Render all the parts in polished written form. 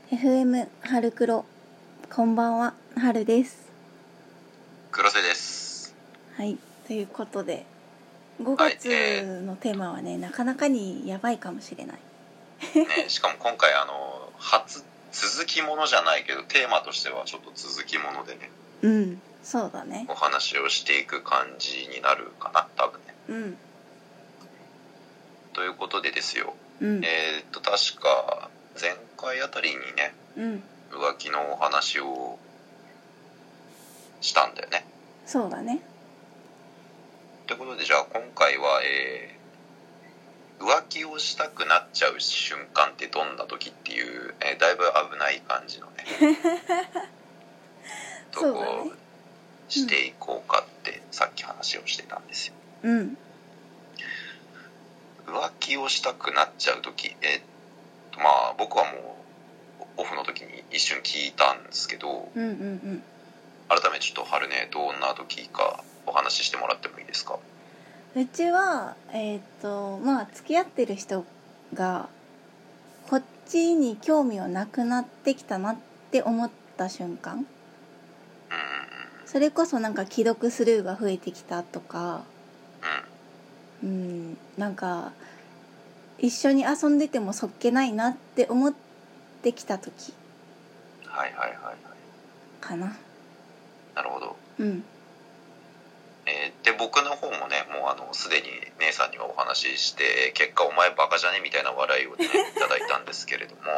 FM 春黒、こんばんは、春です。 黒瀬です。 はい、ということで5月のテーマはね、なかなかにやばいかもしれない、 ね、しかも今回初続きものじゃないけどテーマとしてはちょっと続きものでね、 そうだね、 お話をしていく感じになるかな、多分ね。ということでですよ、確か前回あたりにね、浮気のお話をしたんだよね。 そうだね。 ということで、じゃあ今回は、浮気をしたくなっちゃう瞬間ってどんな時っていう、だいぶ危ない感じのねとこをしていこうかってさっき話をしてたんですよ。浮気をしたくなっちゃう時、まあ僕はもうオフの時に一瞬聞いたんですけど、改めてちょっと春ね、どんな時かお話ししてもらってもいいですか？ うちはまあ付き合ってる人がこっちに興味はなくなってきたなって思った瞬間、それこそなんか既読スルーが増えてきたとか、なんか一緒に遊んでてもそっけないなって思ってきた時かな。 なるほど。で僕の方もね、もうすでに姉さんにはお話しして、結果お前バカじゃねみたいな笑いをねいただいたんですけれども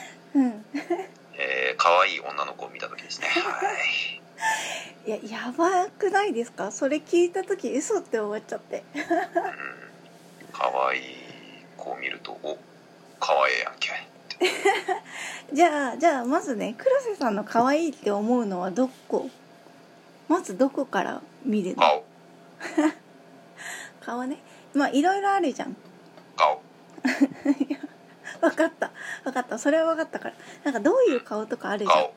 可愛い女の子を見た時ですね。 いや、やばくないですか？それ聞いた時嘘って思っちゃって可愛い子を見ると、お、可愛いやんけじゃあまずね、黒瀬さんの可愛いって思うのはまずどこから見るの？顔ね。まあいろいろあるじゃん。 顔分かったそれは分かったから。なんかどういう顔とかあるじゃん。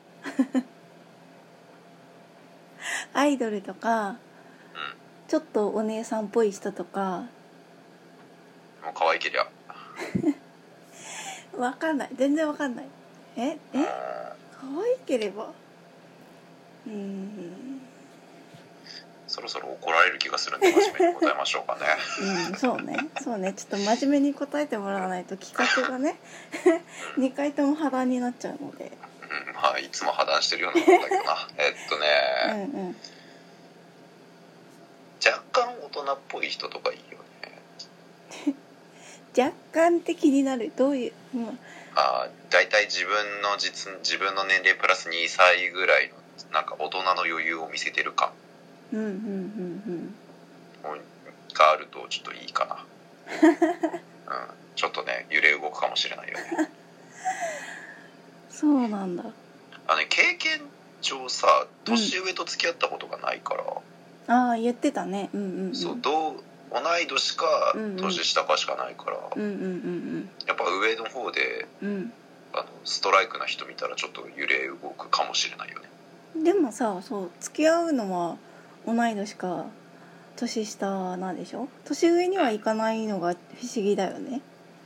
アイドルとか、ちょっとお姉さんっぽい人とか。 もう可愛けりゃ分かんない、全然分かんない。可愛ければそろそろ怒られる気がするんで真面目に答えましょうかね。 そうね、ちょっと真面目に答えてもらわないと企画がね2回とも破談になっちゃうので、 まあいつも破談してるようなもんだけどな若干大人っぽい人とかいいよね。 若干的になる。どういう、 だいたい自分の年齢プラス2歳ぐらいのなんか大人の余裕を見せてる感があるとちょっといいかな。ちょっとね揺れ動くかもしれないよね。 そうなんだ。 経験上さ、年上と付き合ったことがないから、 言ってたね。 そう同い年か年下かしかないから、やっぱ上の方で、ストライクな人見たらちょっと揺れ動くかもしれないよね。 でもさ、そう付き合うのは同い年か年下なんでしょ？年上にはいかないのが不思議だよね。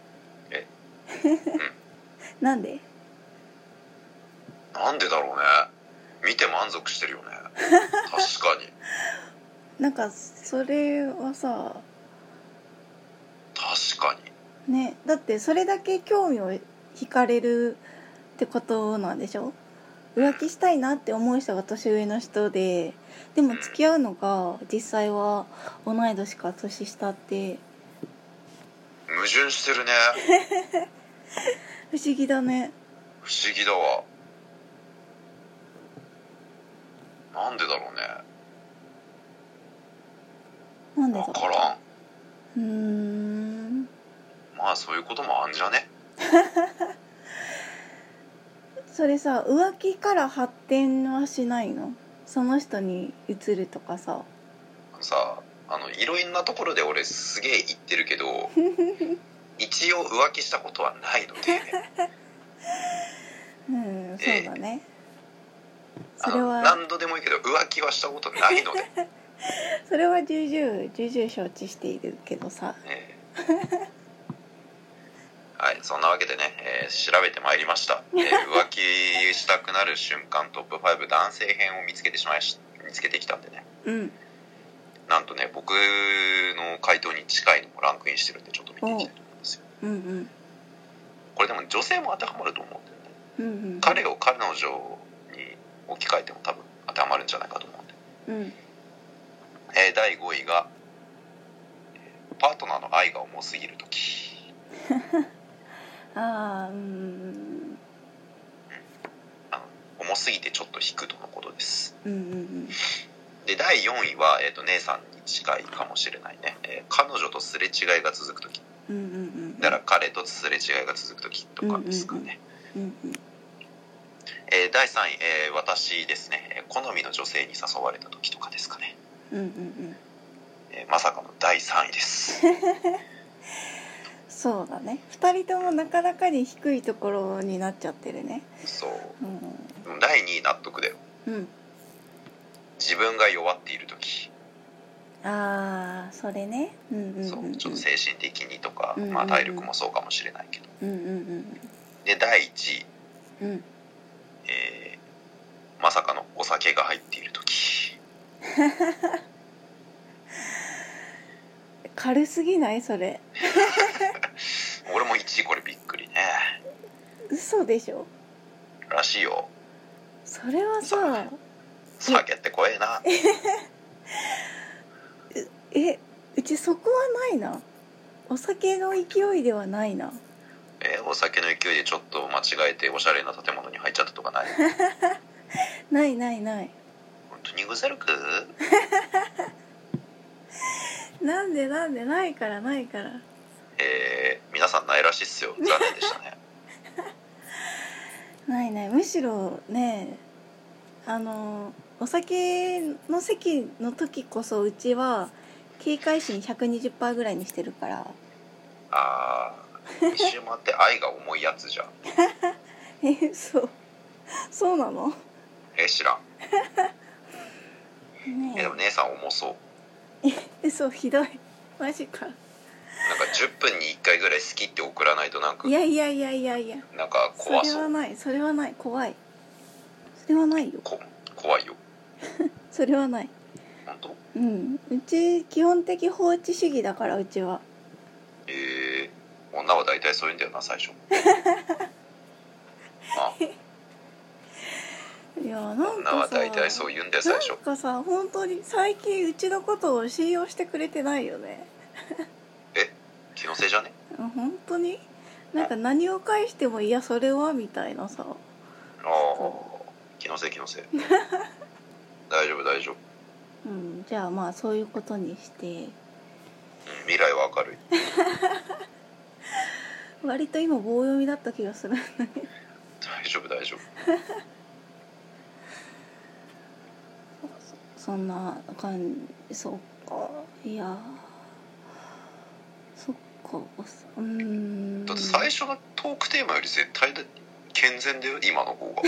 なんでだろうね。見て満足してるよね確かに。 なんかそれはさ、 確かにね、だってそれだけ興味を惹かれるってことなんでしょ？浮気したいなって思う人が年上の人でも付き合うのが実際は同い年か年下って矛盾してるね不思議だね。 不思議だわ。なんでだろうね。 なんでだろう。 分からん。まあそういうこともあんじゃねそれさ、浮気から発展はしないの？その人に移るとかさ。 いろんなところで俺すげえ言ってるけど一応浮気したことはないのでそうだね。それは何度でもいいけど浮気はしたことないのでそれは重々承知しているけどさ、 はい、 そんなわけでね、調べてまいりました、浮気したくなる瞬間トップ5男性編を見つけてきたんでね、 うん、 なんとね僕の回答に近いのもランクインしてるんでちょっと見ていきたいと思いますよ。 うんうん、 これでも女性も当てはまると思うんだよね、 うんうん、 彼を彼女に置き換えても多分当てはまるんじゃないかと思うんで、 うん、 第5位がパートナーの愛が重すぎるときああ、 重すぎてちょっと引くとのことです。 うんうんうん、 で第4位は、姉さんに近いかもしれないね、彼女とすれ違いが続くとき、 うんうんうん、 だから彼とすれ違いが続くときとかですかね。第3位、私ですね、好みの女性に誘われたときとかですかね。 うんうんうん、 まさかの第3位ですそうだね、2人ともなかなかに低いところになっちゃってるね。 そう、第2位納得だよ、自分が弱っているとき。 ああ、それね、 そうちょっと精神的にとか、体力もそうかもしれないけど、で第1位、まさかのお酒が入っているとき軽すぎないそれ俺も1位これびっくりね。 嘘でしょ。 らしいよ。 それはさ、 酒って怖えなうちそこはないな。お酒の勢いではないな。 お酒の勢いでちょっと間違えておしゃれな建物に入っちゃったとかないないないない。 本当にぐざるくなんでないから皆さんないらしいっすよ。残念でしたねないむしろね、お酒の席の時こそうちは警戒心 120% ぐらいにしてるから。 あー、一周回って愛が重いやつじゃんそうなの？ 知らんねでも姉さん重そう。 そう、ひどい、マジか。 なんか10分に1回ぐらい好きって送らないとなんか、 いやなんか怖そう。 それはない怖い。それはないよ。 怖いよそれはない。 本当？ うち基本的放置主義だから、うちは。 女は大体そういうんだよな最初いや、なんかさ、 女は大体そう言うんだよ最初。 なんかさ、本当に最近うちのことを信用してくれてないよね気のせいじゃね？ 本当になんか何を返しても、いやそれはみたいなさ。 気のせい大丈夫じゃあまあそういうことにして、 未来は明るい割と今棒読みだった気がする大丈夫そんな感じ。そっか、いやそっか、 だって最初のトークテーマより絶対健全だよ今の方が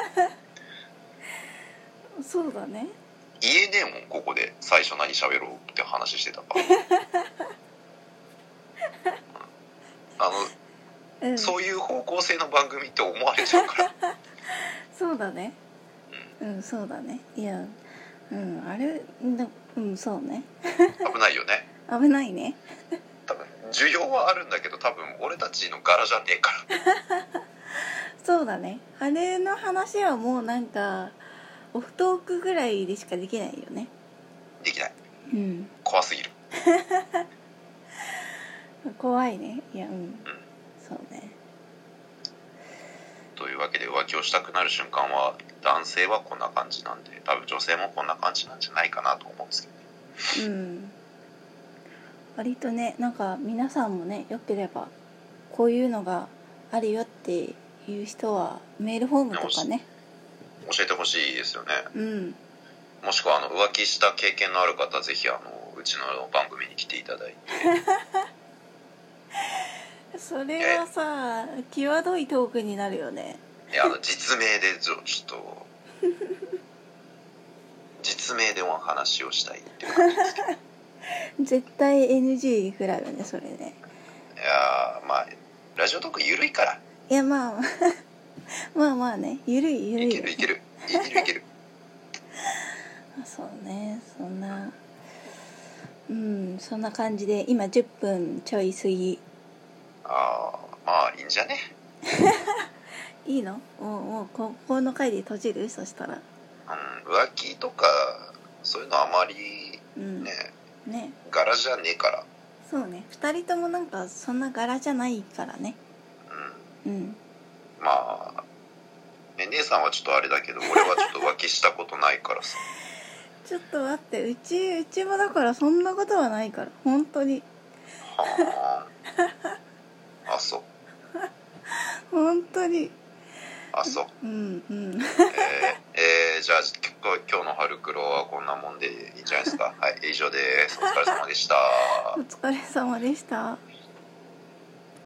そうだね。 言えねえもんここで最初何喋ろうって話してたからそういう方向性の番組って思われちゃうからそうだね、そうだね。いや、あれそうね危ないよね危ないね多分需要はあるんだけど、多分俺たちの柄じゃねえからそうだね。あれの話はもうなんかオフトークぐらいでしかできないよね。 できない、怖すぎる怖いね。いや、そうね。 というわけで浮気をしたくなる瞬間は男性はこんな感じなんで、多分女性もこんな感じなんじゃないかなと思うんですけどね。 割とね、なんか皆さんもね、よければこういうのがあるよっていう人はメールフォームとかね教えてほしいですよね。もしくは浮気した経験のある方、ぜひうちの番組に来ていただいてそれはさ、際どいトークになるよね。 実名でちょっと実名でお話をしたいっていう感じですけど絶対 NG くらいよね、それね。 いやまあラジオトークゆるいから。 いやまあまあまあね、ゆるい。 いけるそうね、そんなそんな感じで今10分ちょい過ぎ。 まあいいんじゃね。 いいの？もうここの回で閉じる？そしたら浮気とかそういうのあまりね柄じゃねえから。 そうね、2人ともなんかそんな柄じゃないからね。 まあ姉さんはちょっとあれだけど、俺はちょっと浮気したことないからさちょっと待って、うちもだからそんなことはないから、本当に。 はあそう本当に。 あそうじゃあ今日の春黒はこんなもんでいいんじゃないですか。はい、以上です。お疲れ様でした。 お疲れ様でした。